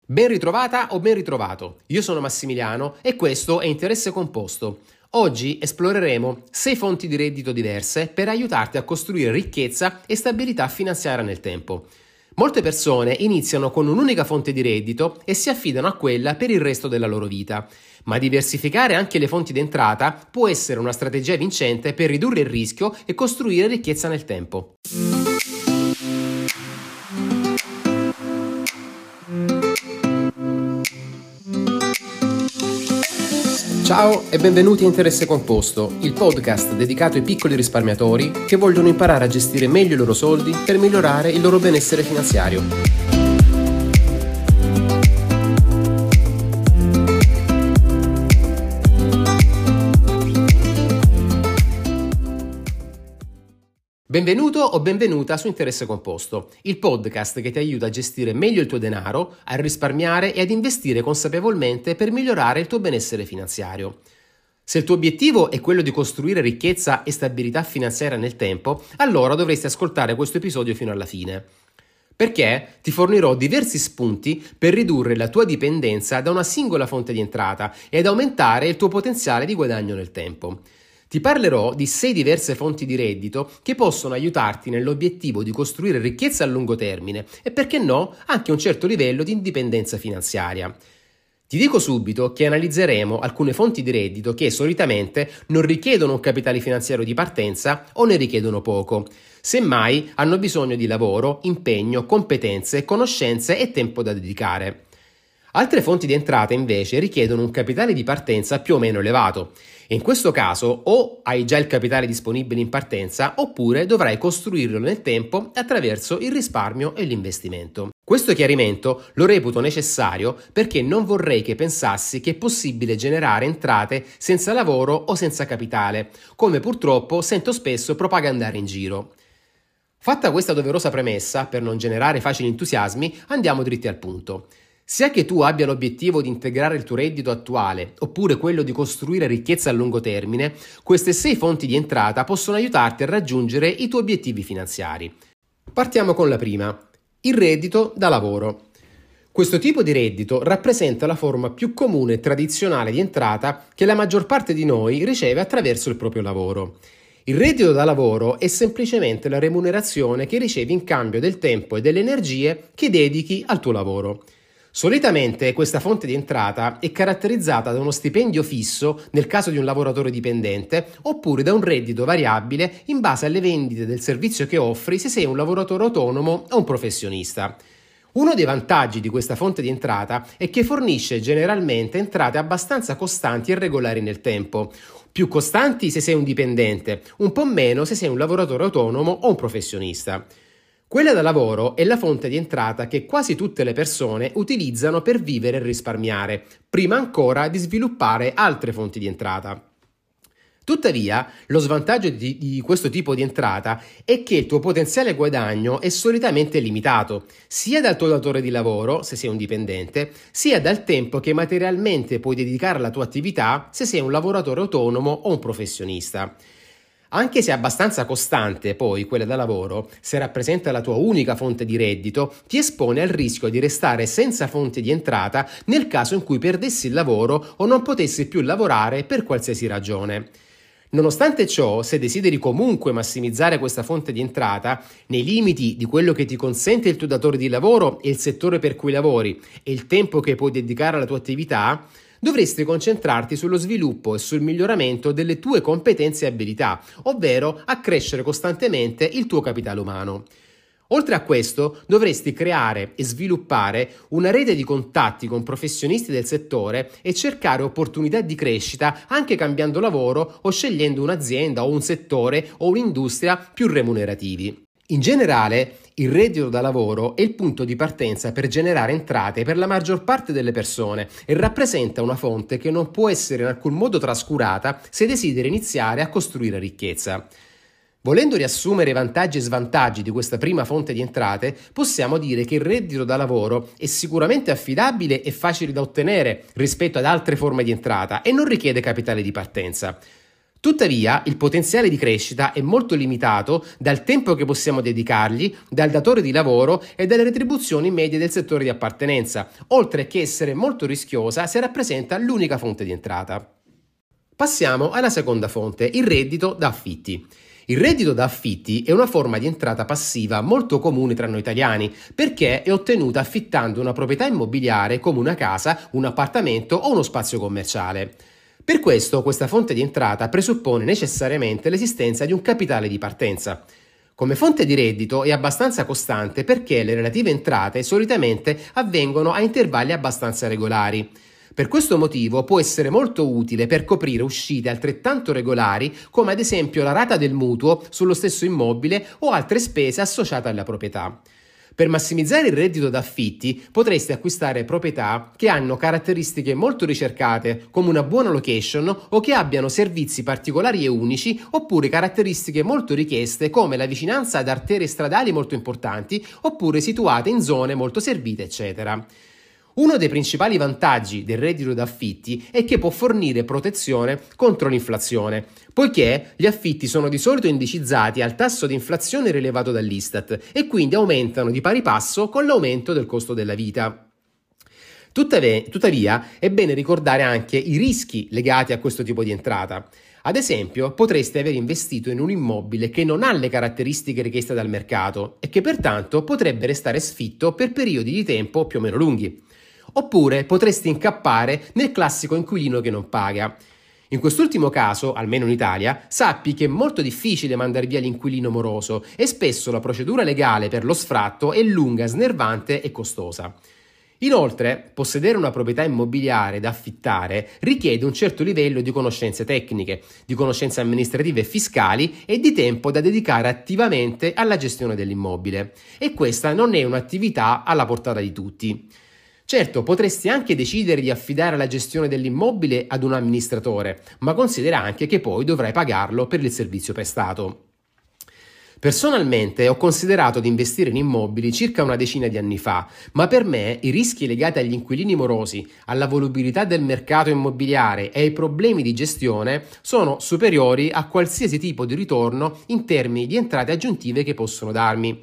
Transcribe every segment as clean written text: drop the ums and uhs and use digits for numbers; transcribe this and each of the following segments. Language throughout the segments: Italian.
Ben ritrovata o ben ritrovato, io sono Massimiliano e questo è Interesse Composto. Oggi esploreremo 6 fonti di reddito diverse per aiutarti a costruire ricchezza e stabilità finanziaria nel tempo. Molte persone iniziano con un'unica fonte di reddito e si affidano a quella per il resto della loro vita, ma diversificare anche le fonti d'entrata può essere una strategia vincente per ridurre il rischio e costruire ricchezza nel tempo. Ciao e benvenuti a Interesse Composto, il podcast dedicato ai piccoli risparmiatori che vogliono imparare a gestire meglio i loro soldi per migliorare il loro benessere finanziario. Benvenuto o benvenuta su Interesse Composto, il podcast che ti aiuta a gestire meglio il tuo denaro, a risparmiare e ad investire consapevolmente per migliorare il tuo benessere finanziario. Se il tuo obiettivo è quello di costruire ricchezza e stabilità finanziaria nel tempo, allora dovresti ascoltare questo episodio fino alla fine. Perché ti fornirò diversi spunti per ridurre la tua dipendenza da una singola fonte di entrata e ad aumentare il tuo potenziale di guadagno nel tempo. Ti parlerò di 6 diverse fonti di reddito che possono aiutarti nell'obiettivo di costruire ricchezza a lungo termine e, perché no, anche un certo livello di indipendenza finanziaria. Ti dico subito che analizzeremo alcune fonti di reddito che solitamente non richiedono un capitale finanziario di partenza o ne richiedono poco. Semmai hanno bisogno di lavoro, impegno, competenze, conoscenze e tempo da dedicare. Altre fonti di entrata invece richiedono un capitale di partenza più o meno elevato e in questo caso o hai già il capitale disponibile in partenza oppure dovrai costruirlo nel tempo attraverso il risparmio e l'investimento. Questo chiarimento lo reputo necessario perché non vorrei che pensassi che è possibile generare entrate senza lavoro o senza capitale, come purtroppo sento spesso propagandare in giro. Fatta questa doverosa premessa, per non generare facili entusiasmi, andiamo dritti al punto. Sia che tu abbia l'obiettivo di integrare il tuo reddito attuale oppure quello di costruire ricchezza a lungo termine, queste 6 fonti di entrata possono aiutarti a raggiungere i tuoi obiettivi finanziari. Partiamo con la prima, il reddito da lavoro. Questo tipo di reddito rappresenta la forma più comune e tradizionale di entrata che la maggior parte di noi riceve attraverso il proprio lavoro. Il reddito da lavoro è semplicemente la remunerazione che ricevi in cambio del tempo e delle energie che dedichi al tuo lavoro. Solitamente questa fonte di entrata è caratterizzata da uno stipendio fisso nel caso di un lavoratore dipendente oppure da un reddito variabile in base alle vendite del servizio che offri se sei un lavoratore autonomo o un professionista. Uno dei vantaggi di questa fonte di entrata è che fornisce generalmente entrate abbastanza costanti e regolari nel tempo. Più costanti se sei un dipendente, un po' meno se sei un lavoratore autonomo o un professionista. Quella da lavoro è la fonte di entrata che quasi tutte le persone utilizzano per vivere e risparmiare, prima ancora di sviluppare altre fonti di entrata. Tuttavia, lo svantaggio di questo tipo di entrata è che il tuo potenziale guadagno è solitamente limitato, sia dal tuo datore di lavoro, se sei un dipendente, sia dal tempo che materialmente puoi dedicare alla tua attività se sei un lavoratore autonomo o un professionista. Anche se è abbastanza costante, poi, quella da lavoro, se rappresenta la tua unica fonte di reddito, ti espone al rischio di restare senza fonte di entrata nel caso in cui perdessi il lavoro o non potessi più lavorare per qualsiasi ragione. Nonostante ciò, se desideri comunque massimizzare questa fonte di entrata, nei limiti di quello che ti consente il tuo datore di lavoro e il settore per cui lavori e il tempo che puoi dedicare alla tua attività, dovresti concentrarti sullo sviluppo e sul miglioramento delle tue competenze e abilità, ovvero accrescere costantemente il tuo capitale umano. Oltre a questo, dovresti creare e sviluppare una rete di contatti con professionisti del settore e cercare opportunità di crescita anche cambiando lavoro o scegliendo un'azienda o un settore o un'industria più remunerativi. In generale, il reddito da lavoro è il punto di partenza per generare entrate per la maggior parte delle persone e rappresenta una fonte che non può essere in alcun modo trascurata se desideri iniziare a costruire ricchezza. Volendo riassumere i vantaggi e svantaggi di questa prima fonte di entrate, possiamo dire che il reddito da lavoro è sicuramente affidabile e facile da ottenere rispetto ad altre forme di entrata e non richiede capitale di partenza. Tuttavia, il potenziale di crescita è molto limitato dal tempo che possiamo dedicargli, dal datore di lavoro e dalle retribuzioni medie del settore di appartenenza, oltre che essere molto rischiosa se rappresenta l'unica fonte di entrata. Passiamo alla seconda fonte, il reddito da affitti. Il reddito da affitti è una forma di entrata passiva molto comune tra noi italiani perché è ottenuta affittando una proprietà immobiliare come una casa, un appartamento o uno spazio commerciale. Per questo questa fonte di entrata presuppone necessariamente l'esistenza di un capitale di partenza. Come fonte di reddito è abbastanza costante perché le relative entrate solitamente avvengono a intervalli abbastanza regolari. Per questo motivo può essere molto utile per coprire uscite altrettanto regolari come ad esempio la rata del mutuo sullo stesso immobile o altre spese associate alla proprietà. Per massimizzare il reddito da affitti potresti acquistare proprietà che hanno caratteristiche molto ricercate come una buona location o che abbiano servizi particolari e unici oppure caratteristiche molto richieste come la vicinanza ad arterie stradali molto importanti oppure situate in zone molto servite eccetera. Uno dei principali vantaggi del reddito d'affitti è che può fornire protezione contro l'inflazione, poiché gli affitti sono di solito indicizzati al tasso di inflazione rilevato dall'Istat e quindi aumentano di pari passo con l'aumento del costo della vita. Tuttavia, è bene ricordare anche i rischi legati a questo tipo di entrata. Ad esempio, potreste aver investito in un immobile che non ha le caratteristiche richieste dal mercato e che pertanto potrebbe restare sfitto per periodi di tempo più o meno lunghi. Oppure potresti incappare nel classico inquilino che non paga. In quest'ultimo caso, almeno in Italia, sappi che è molto difficile mandare via l'inquilino moroso e spesso la procedura legale per lo sfratto è lunga, snervante e costosa. Inoltre, possedere una proprietà immobiliare da affittare richiede un certo livello di conoscenze tecniche, di conoscenze amministrative e fiscali e di tempo da dedicare attivamente alla gestione dell'immobile. E questa non è un'attività alla portata di tutti. Certo, potresti anche decidere di affidare la gestione dell'immobile ad un amministratore, ma considera anche che poi dovrai pagarlo per il servizio prestato. Personalmente ho considerato di investire in immobili circa una decina di anni fa, ma per me i rischi legati agli inquilini morosi, alla volubilità del mercato immobiliare e ai problemi di gestione sono superiori a qualsiasi tipo di ritorno in termini di entrate aggiuntive che possono darmi.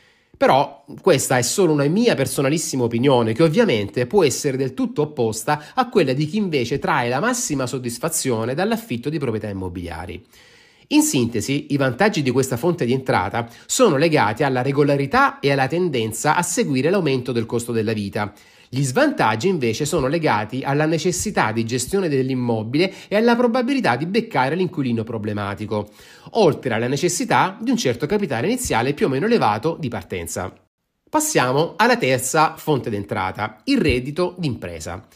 Però questa è solo una mia personalissima opinione che ovviamente può essere del tutto opposta a quella di chi invece trae la massima soddisfazione dall'affitto di proprietà immobiliari. In sintesi, i vantaggi di questa fonte di entrata sono legati alla regolarità e alla tendenza a seguire l'aumento del costo della vita. Gli svantaggi invece sono legati alla necessità di gestione dell'immobile e alla probabilità di beccare l'inquilino problematico, oltre alla necessità di un certo capitale iniziale più o meno elevato di partenza. Passiamo alla terza fonte d'entrata, il reddito d'impresa.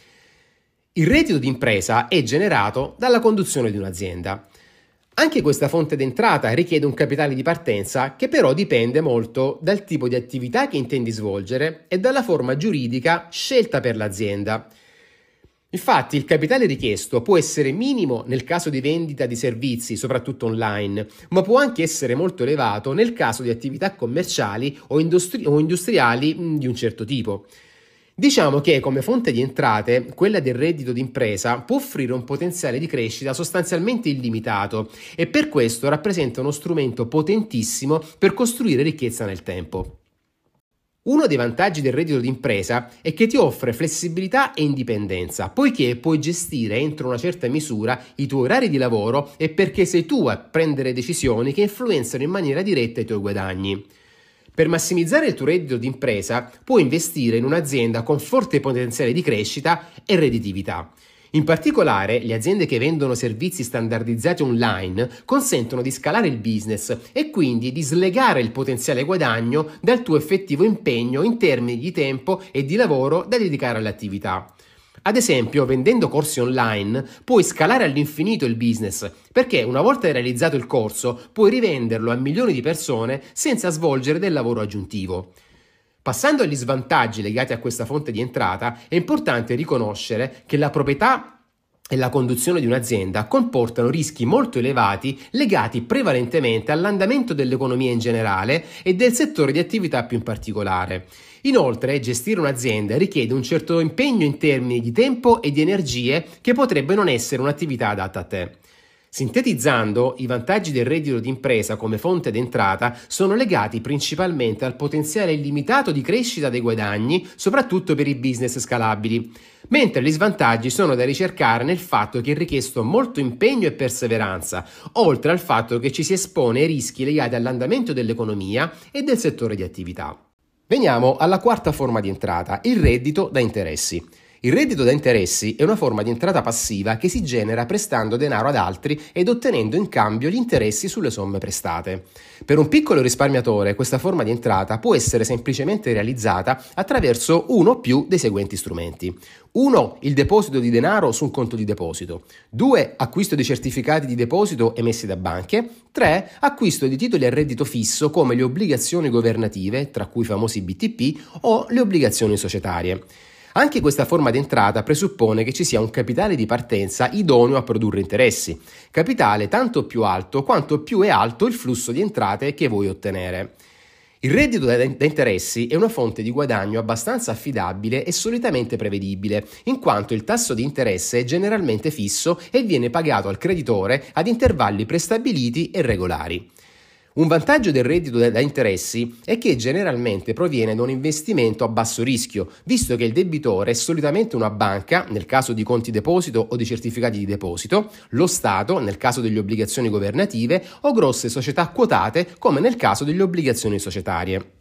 Il reddito d'impresa è generato dalla conduzione di un'azienda. Anche questa fonte d'entrata richiede un capitale di partenza che però dipende molto dal tipo di attività che intendi svolgere e dalla forma giuridica scelta per l'azienda. Infatti il capitale richiesto può essere minimo nel caso di vendita di servizi, soprattutto online, ma può anche essere molto elevato nel caso di attività commerciali o industriali di un certo tipo. Diciamo che come fonte di entrate, quella del reddito d'impresa può offrire un potenziale di crescita sostanzialmente illimitato e per questo rappresenta uno strumento potentissimo per costruire ricchezza nel tempo. Uno dei vantaggi del reddito d'impresa è che ti offre flessibilità e indipendenza, poiché puoi gestire entro una certa misura i tuoi orari di lavoro e perché sei tu a prendere decisioni che influenzano in maniera diretta i tuoi guadagni. Per massimizzare il tuo reddito d'impresa, puoi investire in un'azienda con forte potenziale di crescita e redditività. In particolare, le aziende che vendono servizi standardizzati online consentono di scalare il business e quindi di slegare il potenziale guadagno dal tuo effettivo impegno in termini di tempo e di lavoro da dedicare all'attività. Ad esempio, vendendo corsi online, puoi scalare all'infinito il business, perché una volta realizzato il corso, puoi rivenderlo a milioni di persone senza svolgere del lavoro aggiuntivo. Passando agli svantaggi legati a questa fonte di entrata, è importante riconoscere che la proprietà e la conduzione di un'azienda comportano rischi molto elevati legati prevalentemente all'andamento dell'economia in generale e del settore di attività più in particolare. Inoltre, gestire un'azienda richiede un certo impegno in termini di tempo e di energie che potrebbe non essere un'attività adatta a te. Sintetizzando, i vantaggi del reddito d'impresa come fonte d'entrata sono legati principalmente al potenziale illimitato di crescita dei guadagni, soprattutto per i business scalabili, mentre gli svantaggi sono da ricercare nel fatto che è richiesto molto impegno e perseveranza, oltre al fatto che ci si espone ai rischi legati all'andamento dell'economia e del settore di attività. Veniamo alla quarta forma di entrata, il reddito da interessi. Il reddito da interessi è una forma di entrata passiva che si genera prestando denaro ad altri ed ottenendo in cambio gli interessi sulle somme prestate. Per un piccolo risparmiatore questa forma di entrata può essere semplicemente realizzata attraverso uno o più dei seguenti strumenti. 1. Il deposito di denaro su un conto di deposito. 2. Acquisto di certificati di deposito emessi da banche. 3. Acquisto di titoli a reddito fisso come le obbligazioni governative, tra cui i famosi BTP, o le obbligazioni societarie. Anche questa forma di entrata presuppone che ci sia un capitale di partenza idoneo a produrre interessi, capitale tanto più alto quanto più è alto il flusso di entrate che vuoi ottenere. Il reddito da interessi è una fonte di guadagno abbastanza affidabile e solitamente prevedibile, in quanto il tasso di interesse è generalmente fisso e viene pagato al creditore ad intervalli prestabiliti e regolari. Un vantaggio del reddito da interessi è che generalmente proviene da un investimento a basso rischio, visto che il debitore è solitamente una banca, nel caso di conti deposito o di certificati di deposito, lo Stato, nel caso delle obbligazioni governative, o grosse società quotate, come nel caso delle obbligazioni societarie.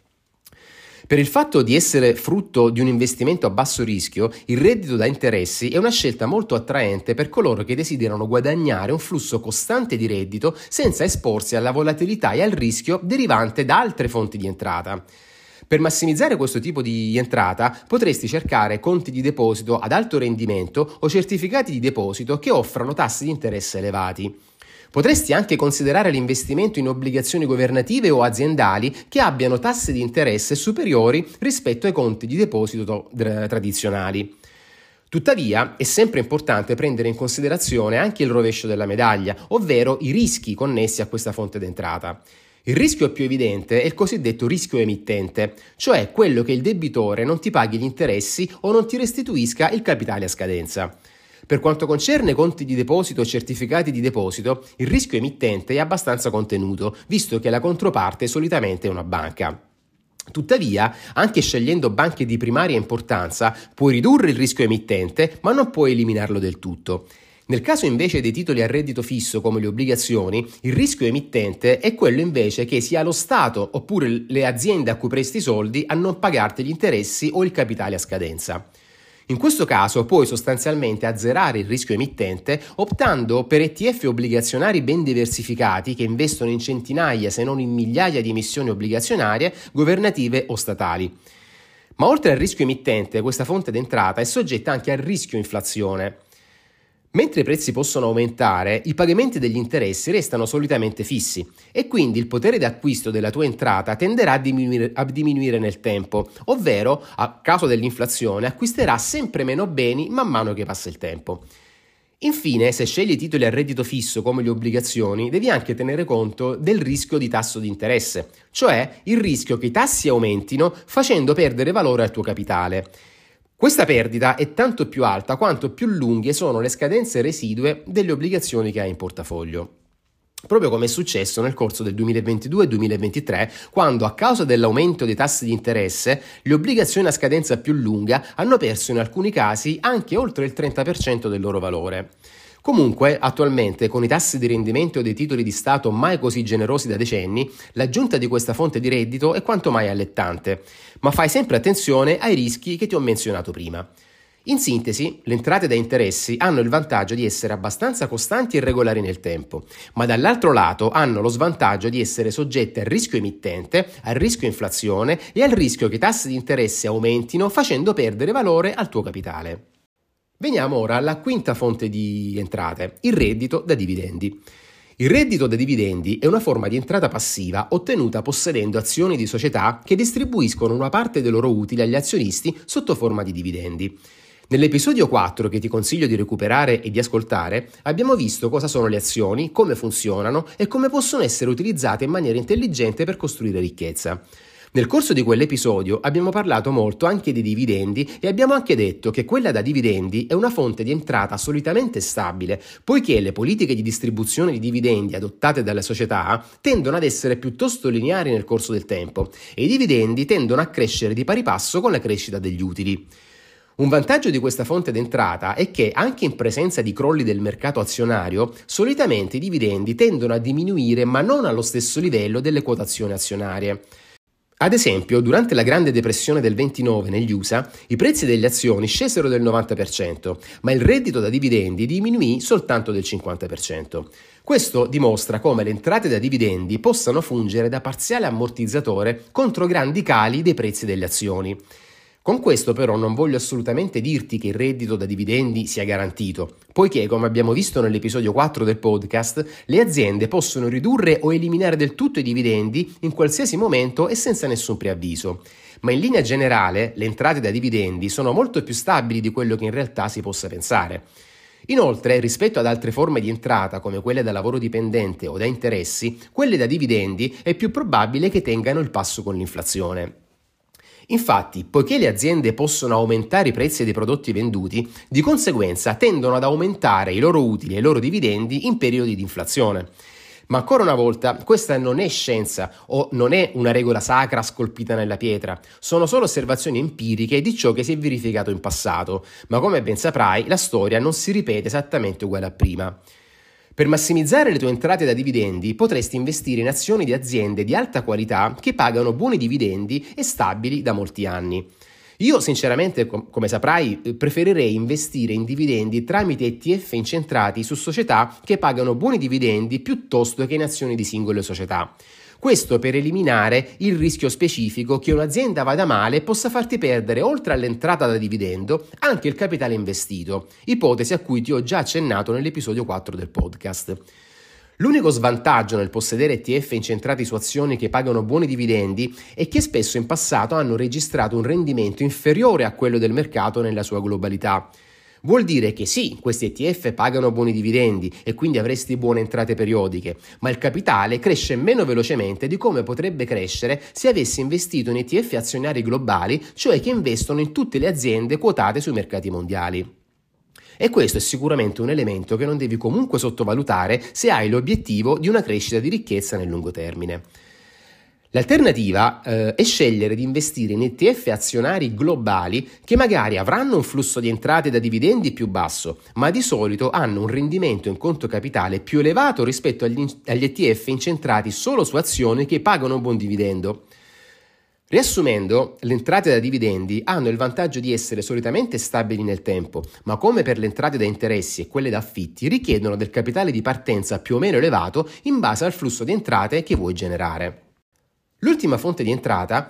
Per il fatto di essere frutto di un investimento a basso rischio, il reddito da interessi è una scelta molto attraente per coloro che desiderano guadagnare un flusso costante di reddito senza esporsi alla volatilità e al rischio derivante da altre fonti di entrata. Per massimizzare questo tipo di entrata potresti cercare conti di deposito ad alto rendimento o certificati di deposito che offrano tassi di interesse elevati. Potresti anche considerare l'investimento in obbligazioni governative o aziendali che abbiano tassi di interesse superiori rispetto ai conti di deposito tradizionali. Tuttavia, è sempre importante prendere in considerazione anche il rovescio della medaglia, ovvero i rischi connessi a questa fonte d'entrata. Il rischio più evidente è il cosiddetto rischio emittente, cioè quello che il debitore non ti paghi gli interessi o non ti restituisca il capitale a scadenza. Per quanto concerne conti di deposito o certificati di deposito, il rischio emittente è abbastanza contenuto, visto che la controparte solitamente è una banca. Tuttavia, anche scegliendo banche di primaria importanza, puoi ridurre il rischio emittente, ma non puoi eliminarlo del tutto. Nel caso invece dei titoli a reddito fisso come le obbligazioni, il rischio emittente è quello invece che sia lo Stato oppure le aziende a cui presti i soldi a non pagarti gli interessi o il capitale a scadenza. In questo caso puoi sostanzialmente azzerare il rischio emittente optando per ETF obbligazionari ben diversificati che investono in centinaia se non in migliaia di emissioni obbligazionarie, governative o statali. Ma oltre al rischio emittente, questa fonte d'entrata è soggetta anche al rischio inflazione. Mentre i prezzi possono aumentare, i pagamenti degli interessi restano solitamente fissi e quindi il potere d'acquisto della tua entrata tenderà a diminuire nel tempo, ovvero, a causa dell'inflazione, acquisterà sempre meno beni man mano che passa il tempo. Infine, se scegli titoli a reddito fisso come le obbligazioni, devi anche tenere conto del rischio di tasso di interesse, cioè il rischio che i tassi aumentino facendo perdere valore al tuo capitale. Questa perdita è tanto più alta quanto più lunghe sono le scadenze residue delle obbligazioni che hai in portafoglio. Proprio come è successo nel corso del 2022-2023, quando a causa dell'aumento dei tassi di interesse, le obbligazioni a scadenza più lunga hanno perso in alcuni casi anche oltre il 30% del loro valore. Comunque, attualmente, con i tassi di rendimento dei titoli di Stato mai così generosi da decenni, l'aggiunta di questa fonte di reddito è quanto mai allettante, ma fai sempre attenzione ai rischi che ti ho menzionato prima. In sintesi, le entrate da interessi hanno il vantaggio di essere abbastanza costanti e regolari nel tempo, ma dall'altro lato hanno lo svantaggio di essere soggette al rischio emittente, al rischio inflazione e al rischio che i tassi di interesse aumentino facendo perdere valore al tuo capitale. Veniamo ora alla quinta fonte di entrate, il reddito da dividendi. Il reddito da dividendi è una forma di entrata passiva ottenuta possedendo azioni di società che distribuiscono una parte dei loro utili agli azionisti sotto forma di dividendi. Nell'episodio 4, che ti consiglio di recuperare e di ascoltare, abbiamo visto cosa sono le azioni, come funzionano e come possono essere utilizzate in maniera intelligente per costruire ricchezza. Nel corso di quell'episodio abbiamo parlato molto anche di dividendi e abbiamo anche detto che quella da dividendi è una fonte di entrata solitamente stabile, poiché le politiche di distribuzione di dividendi adottate dalle società tendono ad essere piuttosto lineari nel corso del tempo e i dividendi tendono a crescere di pari passo con la crescita degli utili. Un vantaggio di questa fonte d'entrata è che anche in presenza di crolli del mercato azionario, solitamente i dividendi tendono a diminuire ma non allo stesso livello delle quotazioni azionarie. Ad esempio, durante la Grande Depressione del 29 negli USA, i prezzi delle azioni scesero del 90%, ma il reddito da dividendi diminuì soltanto del 50%. Questo dimostra come le entrate da dividendi possano fungere da parziale ammortizzatore contro grandi cali dei prezzi delle azioni. Con questo però non voglio assolutamente dirti che il reddito da dividendi sia garantito, poiché, come abbiamo visto nell'episodio 4 del podcast, le aziende possono ridurre o eliminare del tutto i dividendi in qualsiasi momento e senza nessun preavviso. Ma in linea generale le entrate da dividendi sono molto più stabili di quello che in realtà si possa pensare. Inoltre, rispetto ad altre forme di entrata come quelle da lavoro dipendente o da interessi, quelle da dividendi è più probabile che tengano il passo con l'inflazione. Infatti, poiché le aziende possono aumentare i prezzi dei prodotti venduti, di conseguenza tendono ad aumentare i loro utili e i loro dividendi in periodi di inflazione. Ma ancora una volta, questa non è scienza o non è una regola sacra scolpita nella pietra, sono solo osservazioni empiriche di ciò che si è verificato in passato, ma come ben saprai, la storia non si ripete esattamente uguale a prima. Per massimizzare le tue entrate da dividendi potresti investire in azioni di aziende di alta qualità che pagano buoni dividendi e stabili da molti anni. Io sinceramente, come saprai, preferirei investire in dividendi tramite ETF incentrati su società che pagano buoni dividendi piuttosto che in azioni di singole società. Questo per eliminare il rischio specifico che un'azienda vada male e possa farti perdere, oltre all'entrata da dividendo, anche il capitale investito, ipotesi a cui ti ho già accennato nell'episodio 4 del podcast. L'unico svantaggio nel possedere ETF incentrati su azioni che pagano buoni dividendi è che spesso in passato hanno registrato un rendimento inferiore a quello del mercato nella sua globalità. Vuol dire che sì, questi ETF pagano buoni dividendi e quindi avresti buone entrate periodiche, ma il capitale cresce meno velocemente di come potrebbe crescere se avessi investito in ETF azionari globali, cioè che investono in tutte le aziende quotate sui mercati mondiali. E questo è sicuramente un elemento che non devi comunque sottovalutare se hai l'obiettivo di una crescita di ricchezza nel lungo termine. L'alternativa è scegliere di investire in ETF azionari globali che magari avranno un flusso di entrate da dividendi più basso, ma di solito hanno un rendimento in conto capitale più elevato rispetto agli ETF incentrati solo su azioni che pagano un buon dividendo. Riassumendo, le entrate da dividendi hanno il vantaggio di essere solitamente stabili nel tempo, ma come per le entrate da interessi e quelle da affitti richiedono del capitale di partenza più o meno elevato in base al flusso di entrate che vuoi generare. L'ultima fonte di entrata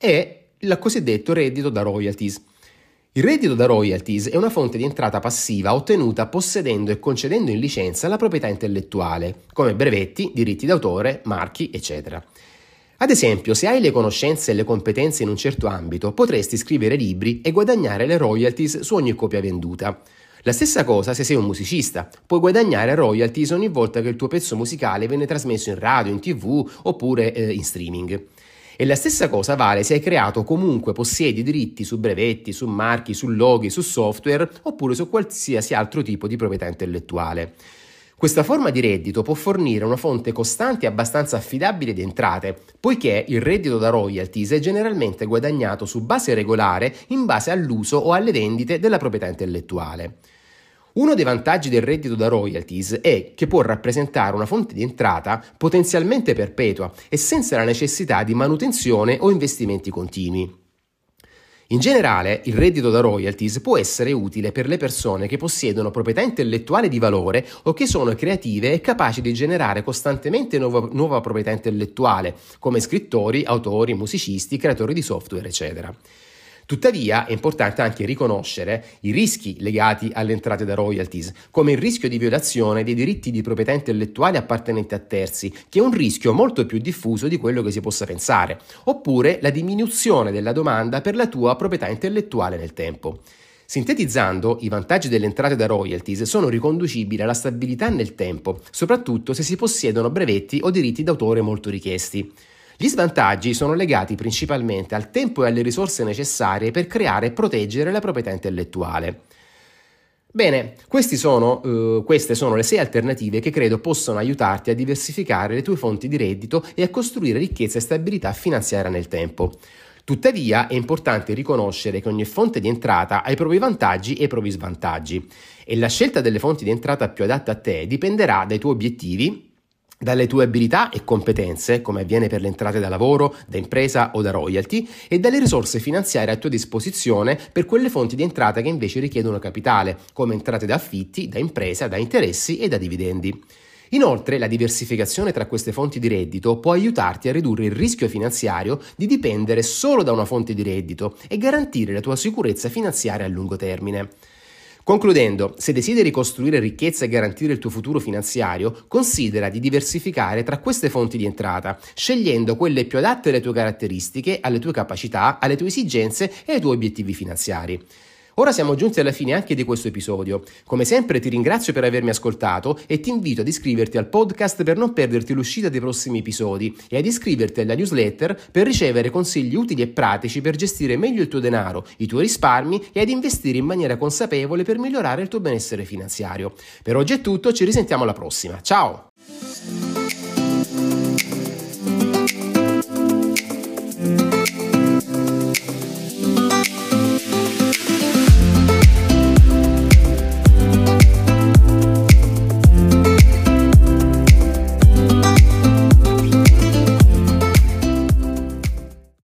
è il cosiddetto reddito da royalties. Il reddito da royalties è una fonte di entrata passiva ottenuta possedendo e concedendo in licenza la proprietà intellettuale, come brevetti, diritti d'autore, marchi, eccetera. Ad esempio, se hai le conoscenze e le competenze in un certo ambito, potresti scrivere libri e guadagnare le royalties su ogni copia venduta. La stessa cosa se sei un musicista, puoi guadagnare royalties ogni volta che il tuo pezzo musicale viene trasmesso in radio, in TV oppure in streaming. E la stessa cosa vale se hai creato o comunque possiedi diritti su brevetti, su marchi, su loghi, su software oppure su qualsiasi altro tipo di proprietà intellettuale. Questa forma di reddito può fornire una fonte costante e abbastanza affidabile di entrate, poiché il reddito da royalties è generalmente guadagnato su base regolare in base all'uso o alle vendite della proprietà intellettuale. Uno dei vantaggi del reddito da royalties è che può rappresentare una fonte di entrata potenzialmente perpetua e senza la necessità di manutenzione o investimenti continui. In generale, il reddito da royalties può essere utile per le persone che possiedono proprietà intellettuale di valore o che sono creative e capaci di generare costantemente nuova proprietà intellettuale, come scrittori, autori, musicisti, creatori di software, eccetera. Tuttavia è importante anche riconoscere i rischi legati alle entrate da royalties, come il rischio di violazione dei diritti di proprietà intellettuale appartenenti a terzi, che è un rischio molto più diffuso di quello che si possa pensare, oppure la diminuzione della domanda per la tua proprietà intellettuale nel tempo. Sintetizzando, i vantaggi delle entrate da royalties sono riconducibili alla stabilità nel tempo, soprattutto se si possiedono brevetti o diritti d'autore molto richiesti. Gli svantaggi sono legati principalmente al tempo e alle risorse necessarie per creare e proteggere la proprietà intellettuale. Bene, queste sono le 6 alternative che credo possano aiutarti a diversificare le tue fonti di reddito e a costruire ricchezza e stabilità finanziaria nel tempo. Tuttavia è importante riconoscere che ogni fonte di entrata ha i propri vantaggi e i propri svantaggi e la scelta delle fonti di entrata più adatte a te dipenderà dai tuoi obiettivi, dalle tue abilità e competenze, come avviene per le entrate da lavoro, da impresa o da royalty, e dalle risorse finanziarie a tua disposizione per quelle fonti di entrata che invece richiedono capitale, come entrate da affitti, da impresa, da interessi e da dividendi. Inoltre, la diversificazione tra queste fonti di reddito può aiutarti a ridurre il rischio finanziario di dipendere solo da una fonte di reddito e garantire la tua sicurezza finanziaria a lungo termine. Concludendo, se desideri costruire ricchezza e garantire il tuo futuro finanziario, considera di diversificare tra queste fonti di entrata, scegliendo quelle più adatte alle tue caratteristiche, alle tue capacità, alle tue esigenze e ai tuoi obiettivi finanziari. Ora siamo giunti alla fine anche di questo episodio. Come sempre ti ringrazio per avermi ascoltato e ti invito ad iscriverti al podcast per non perderti l'uscita dei prossimi episodi e ad iscriverti alla newsletter per ricevere consigli utili e pratici per gestire meglio il tuo denaro, i tuoi risparmi e ad investire in maniera consapevole per migliorare il tuo benessere finanziario. Per oggi è tutto, ci risentiamo alla prossima. Ciao!